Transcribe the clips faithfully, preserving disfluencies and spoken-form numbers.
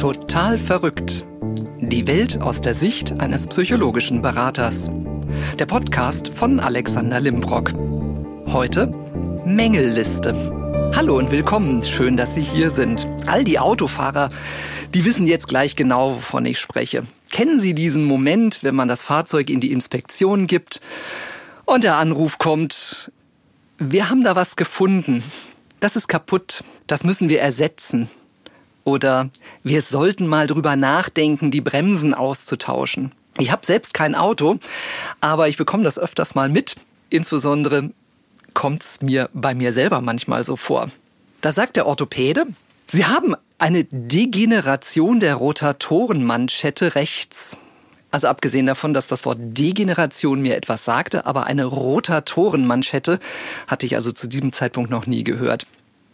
Total verrückt. Die Welt aus der Sicht eines psychologischen Beraters. Der Podcast von Alexander Limbrock. Heute Mängelliste. Hallo und willkommen, schön, dass Sie hier sind. All die Autofahrer, die wissen jetzt gleich genau, wovon ich spreche. Kennen Sie diesen Moment, wenn man das Fahrzeug in die Inspektion gibt und der Anruf kommt: Wir haben da was gefunden. Das ist kaputt. Das müssen wir ersetzen. Oder wir sollten mal drüber nachdenken, die Bremsen auszutauschen. Ich habe selbst kein Auto, aber ich bekomme das öfters mal mit. Insbesondere kommt es mir bei mir selber manchmal so vor. Da sagt der Orthopäde: Sie haben eine Degeneration der Rotatorenmanschette rechts. Also abgesehen davon, dass das Wort Degeneration mir etwas sagte, aber eine Rotatorenmanschette hatte ich also zu diesem Zeitpunkt noch nie gehört.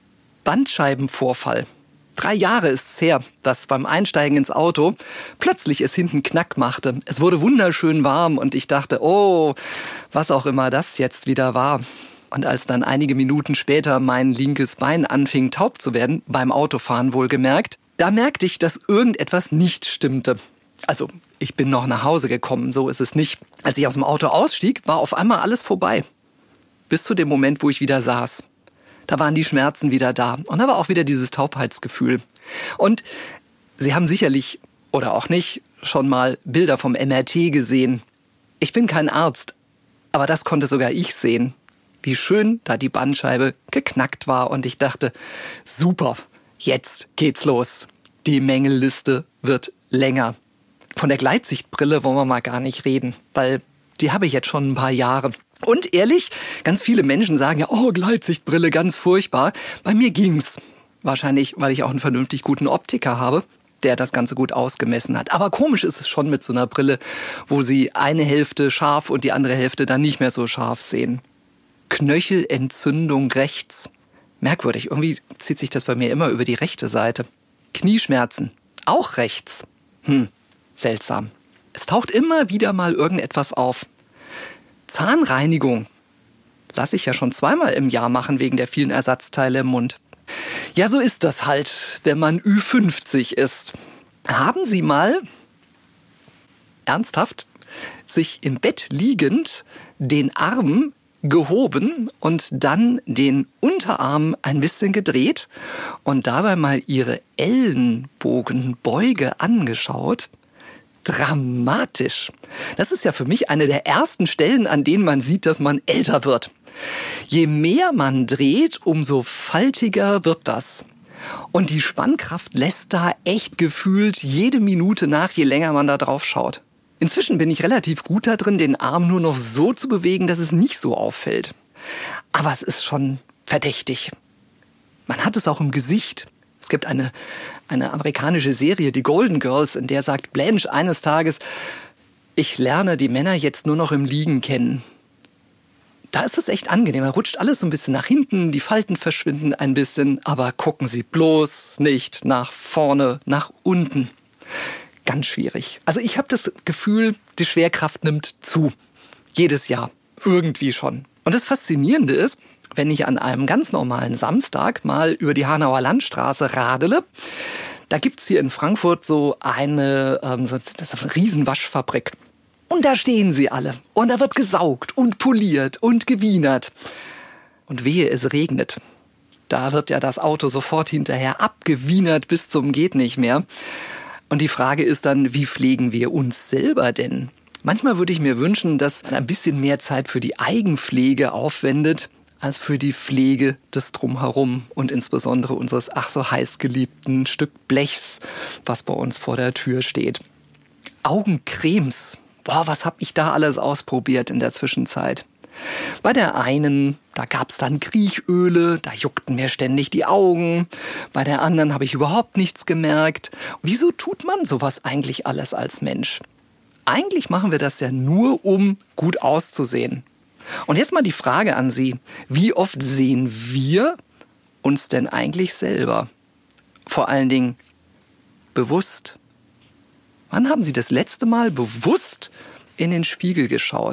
Bandscheibenvorfall. Drei Jahre ist's her, dass beim Einsteigen ins Auto plötzlich es hinten Knack machte. Es wurde wunderschön warm und ich dachte, oh, was auch immer das jetzt wieder war. Und als dann einige Minuten später mein linkes Bein anfing taub zu werden, beim Autofahren wohlgemerkt, da merkte ich, dass irgendetwas nicht stimmte. Also, ich bin noch nach Hause gekommen, so ist es nicht. Als ich aus dem Auto ausstieg, war auf einmal alles vorbei. Bis zu dem Moment, wo ich wieder saß. Da waren die Schmerzen wieder da und da war auch wieder dieses Taubheitsgefühl. Und Sie haben sicherlich, oder auch nicht, schon mal Bilder vom M R T gesehen. Ich bin kein Arzt, aber das konnte sogar ich sehen. Wie schön da die Bandscheibe geknackt war und ich dachte, super, jetzt geht's los. Die Mängelliste wird länger. Von der Gleitsichtbrille wollen wir mal gar nicht reden, weil die habe ich jetzt schon ein paar Jahre. Und ehrlich, ganz viele Menschen sagen ja, oh, Gleitsichtbrille, ganz furchtbar. Bei mir ging's. Wahrscheinlich, weil ich auch einen vernünftig guten Optiker habe, der das Ganze gut ausgemessen hat. Aber komisch ist es schon mit so einer Brille, wo Sie eine Hälfte scharf und die andere Hälfte dann nicht mehr so scharf sehen. Knöchelentzündung rechts. Merkwürdig, irgendwie zieht sich das bei mir immer über die rechte Seite. Knieschmerzen, auch rechts. Hm, seltsam. Es taucht immer wieder mal irgendetwas auf. Zahnreinigung lasse ich ja schon zweimal im Jahr machen wegen der vielen Ersatzteile im Mund. Ja, so ist das halt, wenn man Ü fünfzig ist. Haben Sie mal ernsthaft sich im Bett liegend den Arm gehoben und dann den Unterarm ein bisschen gedreht und dabei mal Ihre Ellenbogenbeuge angeschaut? Dramatisch. Das ist ja für mich eine der ersten Stellen, an denen man sieht, dass man älter wird. Je mehr man dreht, umso faltiger wird das. Und die Spannkraft lässt da echt gefühlt jede Minute nach, je länger man da drauf schaut. Inzwischen bin ich relativ gut da drin, den Arm nur noch so zu bewegen, dass es nicht so auffällt. Aber es ist schon verdächtig. Man hat es auch im Gesicht. Es gibt eine, eine amerikanische Serie, die Golden Girls, in der sagt Blanche eines Tages: Ich lerne die Männer jetzt nur noch im Liegen kennen. Da ist es echt angenehm. Da rutscht alles so ein bisschen nach hinten, die Falten verschwinden ein bisschen, aber gucken Sie bloß nicht nach vorne, nach unten. Ganz schwierig. Also ich habe das Gefühl, die Schwerkraft nimmt zu. Jedes Jahr. Irgendwie schon. Und das Faszinierende ist, wenn ich an einem ganz normalen Samstag mal über die Hanauer Landstraße radele, da gibt's hier in Frankfurt so eine, ähm, das ist eine Riesenwaschfabrik. Und da stehen sie alle. Und da wird gesaugt und poliert und gewienert. Und wehe, es regnet. Da wird ja das Auto sofort hinterher abgewienert bis zum geht nicht mehr. Und die Frage ist dann, wie pflegen wir uns selber denn? Manchmal würde ich mir wünschen, dass man ein bisschen mehr Zeit für die Eigenpflege aufwendet, als für die Pflege des Drumherum und insbesondere unseres ach so heiß geliebten Stück Blechs, was bei uns vor der Tür steht. Augencremes. Boah, was hab ich da alles ausprobiert in der Zwischenzeit? Bei der einen, da gab's dann Kriechöle, da juckten mir ständig die Augen. Bei der anderen habe ich überhaupt nichts gemerkt. Wieso tut man sowas eigentlich alles als Mensch? Eigentlich machen wir das ja nur, um gut auszusehen. Und jetzt mal die Frage an Sie: Wie oft sehen wir uns denn eigentlich selber? Vor allen Dingen bewusst. Wann haben Sie das letzte Mal bewusst in den Spiegel geschaut?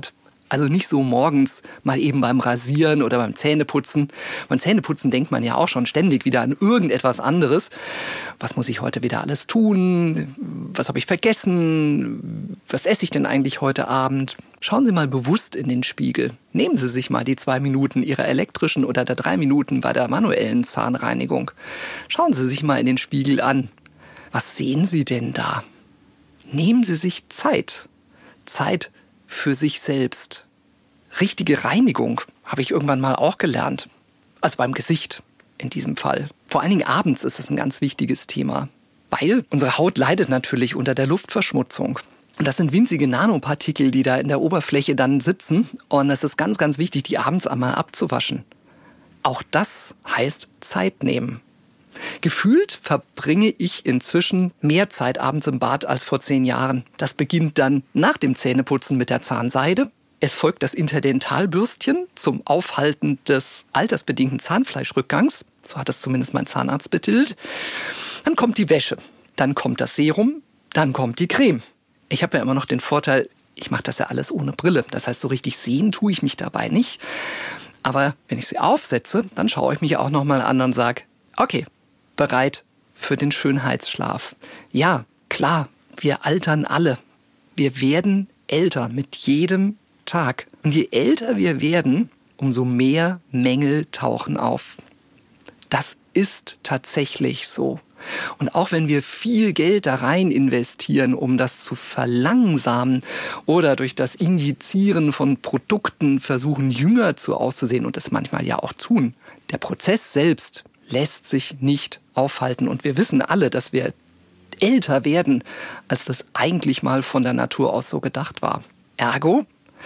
Also nicht so morgens mal eben beim Rasieren oder beim Zähneputzen. Beim Zähneputzen denkt man ja auch schon ständig wieder an irgendetwas anderes. Was muss ich heute wieder alles tun? Was habe ich vergessen? Was esse ich denn eigentlich heute Abend? Schauen Sie mal bewusst in den Spiegel. Nehmen Sie sich mal die zwei Minuten Ihrer elektrischen oder der drei Minuten bei der manuellen Zahnreinigung. Schauen Sie sich mal in den Spiegel an. Was sehen Sie denn da? Nehmen Sie sich Zeit. Zeit für sich selbst. Richtige Reinigung habe ich irgendwann mal auch gelernt. Also beim Gesicht in diesem Fall. Vor allen Dingen abends ist es ein ganz wichtiges Thema. Weil unsere Haut leidet natürlich unter der Luftverschmutzung. Und das sind winzige Nanopartikel, die da in der Oberfläche dann sitzen. Und es ist ganz, ganz wichtig, die abends einmal abzuwaschen. Auch das heißt Zeit nehmen. Gefühlt verbringe ich inzwischen mehr Zeit abends im Bad als vor zehn Jahren. Das beginnt dann nach dem Zähneputzen mit der Zahnseide. Es folgt das Interdentalbürstchen zum Aufhalten des altersbedingten Zahnfleischrückgangs. So hat es zumindest mein Zahnarzt betitelt. Dann kommt die Wäsche. Dann kommt das Serum. Dann kommt die Creme. Ich habe ja immer noch den Vorteil, ich mache das ja alles ohne Brille. Das heißt, so richtig sehen tue ich mich dabei nicht. Aber wenn ich sie aufsetze, dann schaue ich mich auch nochmal an und sage, okay, bereit für den Schönheitsschlaf. Ja, klar, wir altern alle. Wir werden älter mit jedem Tag. Und je älter wir werden, umso mehr Mängel tauchen auf. Das ist tatsächlich so. Und auch wenn wir viel Geld da rein investieren, um das zu verlangsamen oder durch das Injizieren von Produkten versuchen, jünger zu auszusehen und das manchmal ja auch tun, der Prozess selbst lässt sich nicht aufhalten. Und wir wissen alle, dass wir älter werden, als das eigentlich mal von der Natur aus so gedacht war. Ergo,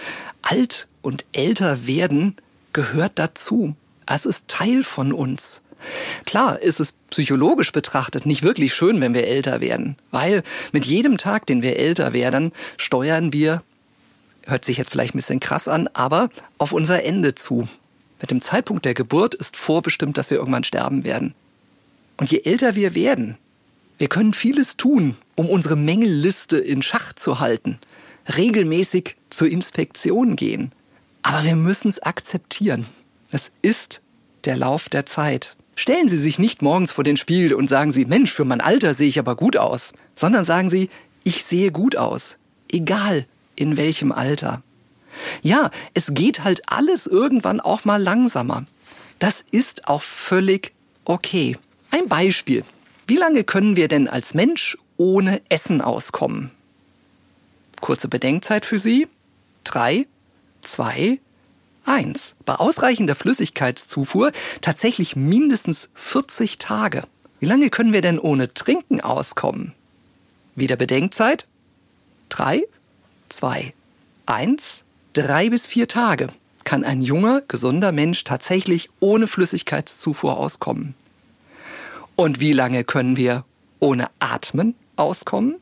alt und älter werden gehört dazu. Es ist Teil von uns. Klar ist es psychologisch betrachtet nicht wirklich schön, wenn wir älter werden, weil mit jedem Tag, den wir älter werden, steuern wir, hört sich jetzt vielleicht ein bisschen krass an, aber auf unser Ende zu. Mit dem Zeitpunkt der Geburt ist vorbestimmt, dass wir irgendwann sterben werden. Und je älter wir werden, wir können vieles tun, um unsere Mängelliste in Schach zu halten, regelmäßig zur Inspektion gehen. Aber wir müssen es akzeptieren. Es ist der Lauf der Zeit. Stellen Sie sich nicht morgens vor den Spiegel und sagen Sie, Mensch, für mein Alter sehe ich aber gut aus, sondern sagen Sie, ich sehe gut aus, egal in welchem Alter. Ja, es geht halt alles irgendwann auch mal langsamer. Das ist auch völlig okay. Ein Beispiel. Wie lange können wir denn als Mensch ohne Essen auskommen? Kurze Bedenkzeit für Sie. Drei, zwei, eins. Bei ausreichender Flüssigkeitszufuhr tatsächlich mindestens vierzig Tage. Wie lange können wir denn ohne Trinken auskommen? Wieder Bedenkzeit. Drei, zwei, eins. Drei bis vier Tage kann ein junger, gesunder Mensch tatsächlich ohne Flüssigkeitszufuhr auskommen. Und wie lange können wir ohne Atmen auskommen?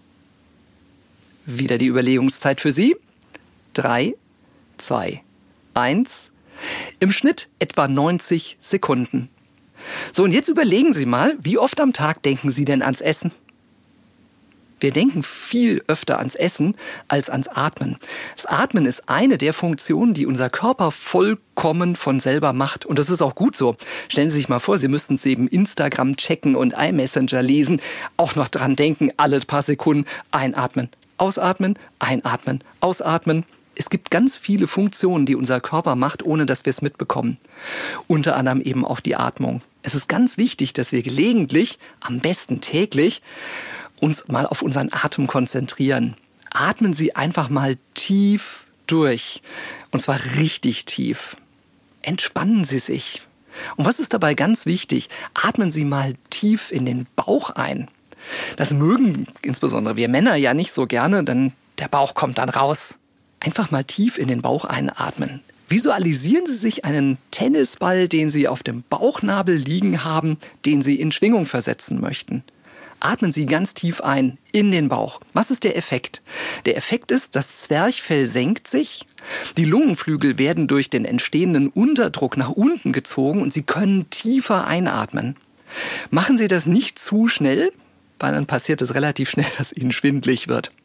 Wieder die Überlegungszeit für Sie. Drei, zwei, eins. Im Schnitt etwa neunzig Sekunden. So, und jetzt überlegen Sie mal, wie oft am Tag denken Sie denn ans Essen? Wir denken viel öfter ans Essen als ans Atmen. Das Atmen ist eine der Funktionen, die unser Körper vollkommen von selber macht. Und das ist auch gut so. Stellen Sie sich mal vor, Sie müssten es eben Instagram checken und iMessenger lesen. Auch noch dran denken, alle paar Sekunden einatmen, ausatmen, einatmen, ausatmen. Es gibt ganz viele Funktionen, die unser Körper macht, ohne dass wir es mitbekommen. Unter anderem eben auch die Atmung. Es ist ganz wichtig, dass wir gelegentlich, am besten täglich, uns mal auf unseren Atem konzentrieren. Atmen Sie einfach mal tief durch. Und zwar richtig tief. Entspannen Sie sich. Und was ist dabei ganz wichtig? Atmen Sie mal tief in den Bauch ein. Das mögen insbesondere wir Männer ja nicht so gerne, denn der Bauch kommt dann raus. Einfach mal tief in den Bauch einatmen. Visualisieren Sie sich einen Tennisball, den Sie auf dem Bauchnabel liegen haben, den Sie in Schwingung versetzen möchten. Atmen Sie ganz tief ein in den Bauch. Was ist der Effekt? Der Effekt ist, das Zwerchfell senkt sich, die Lungenflügel werden durch den entstehenden Unterdruck nach unten gezogen und Sie können tiefer einatmen. Machen Sie das nicht zu schnell, weil dann passiert es relativ schnell, dass Ihnen schwindelig wird.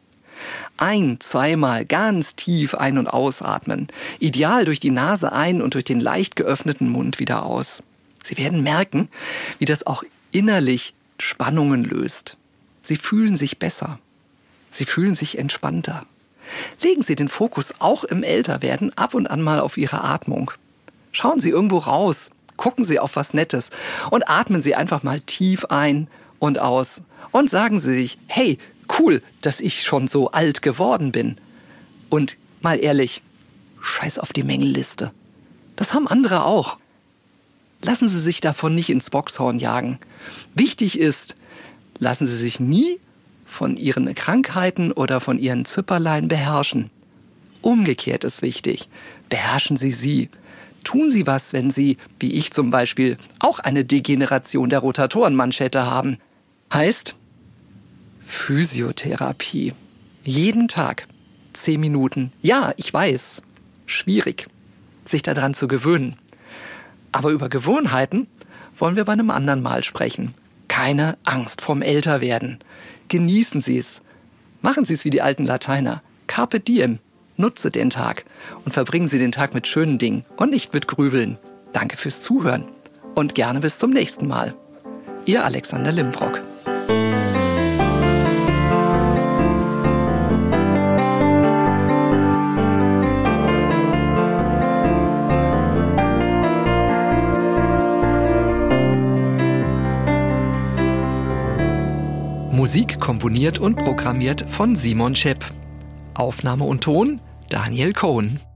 Ein-, zweimal ganz tief ein- und ausatmen. Ideal durch die Nase ein und durch den leicht geöffneten Mund wieder aus. Sie werden merken, wie das auch innerlich Spannungen löst. Sie fühlen sich besser. Sie fühlen sich entspannter. Legen Sie den Fokus auch im Älterwerden ab und an mal auf Ihre Atmung. Schauen Sie irgendwo raus, gucken Sie auf was Nettes und atmen Sie einfach mal tief ein und aus. Und sagen Sie sich, hey, cool, dass ich schon so alt geworden bin. Und mal ehrlich, scheiß auf die Mängelliste. Das haben andere auch. Lassen Sie sich davon nicht ins Boxhorn jagen. Wichtig ist, lassen Sie sich nie von Ihren Krankheiten oder von Ihren Zipperlein beherrschen. Umgekehrt ist wichtig. Beherrschen Sie sie. Tun Sie was, wenn Sie, wie ich zum Beispiel, auch eine Degeneration der Rotatorenmanschette haben. Heißt Physiotherapie. Jeden Tag. Zehn Minuten. Ja, ich weiß. Schwierig, sich daran zu gewöhnen. Aber über Gewohnheiten wollen wir bei einem anderen Mal sprechen. Keine Angst vorm Älterwerden. Genießen Sie es. Machen Sie es wie die alten Lateiner. Carpe diem. Nutze den Tag und verbringen Sie den Tag mit schönen Dingen und nicht mit Grübeln. Danke fürs Zuhören und gerne bis zum nächsten Mal. Ihr Alexander Limbrock. Musik komponiert und programmiert von Simon Schepp. Aufnahme und Ton Daniel Cohn.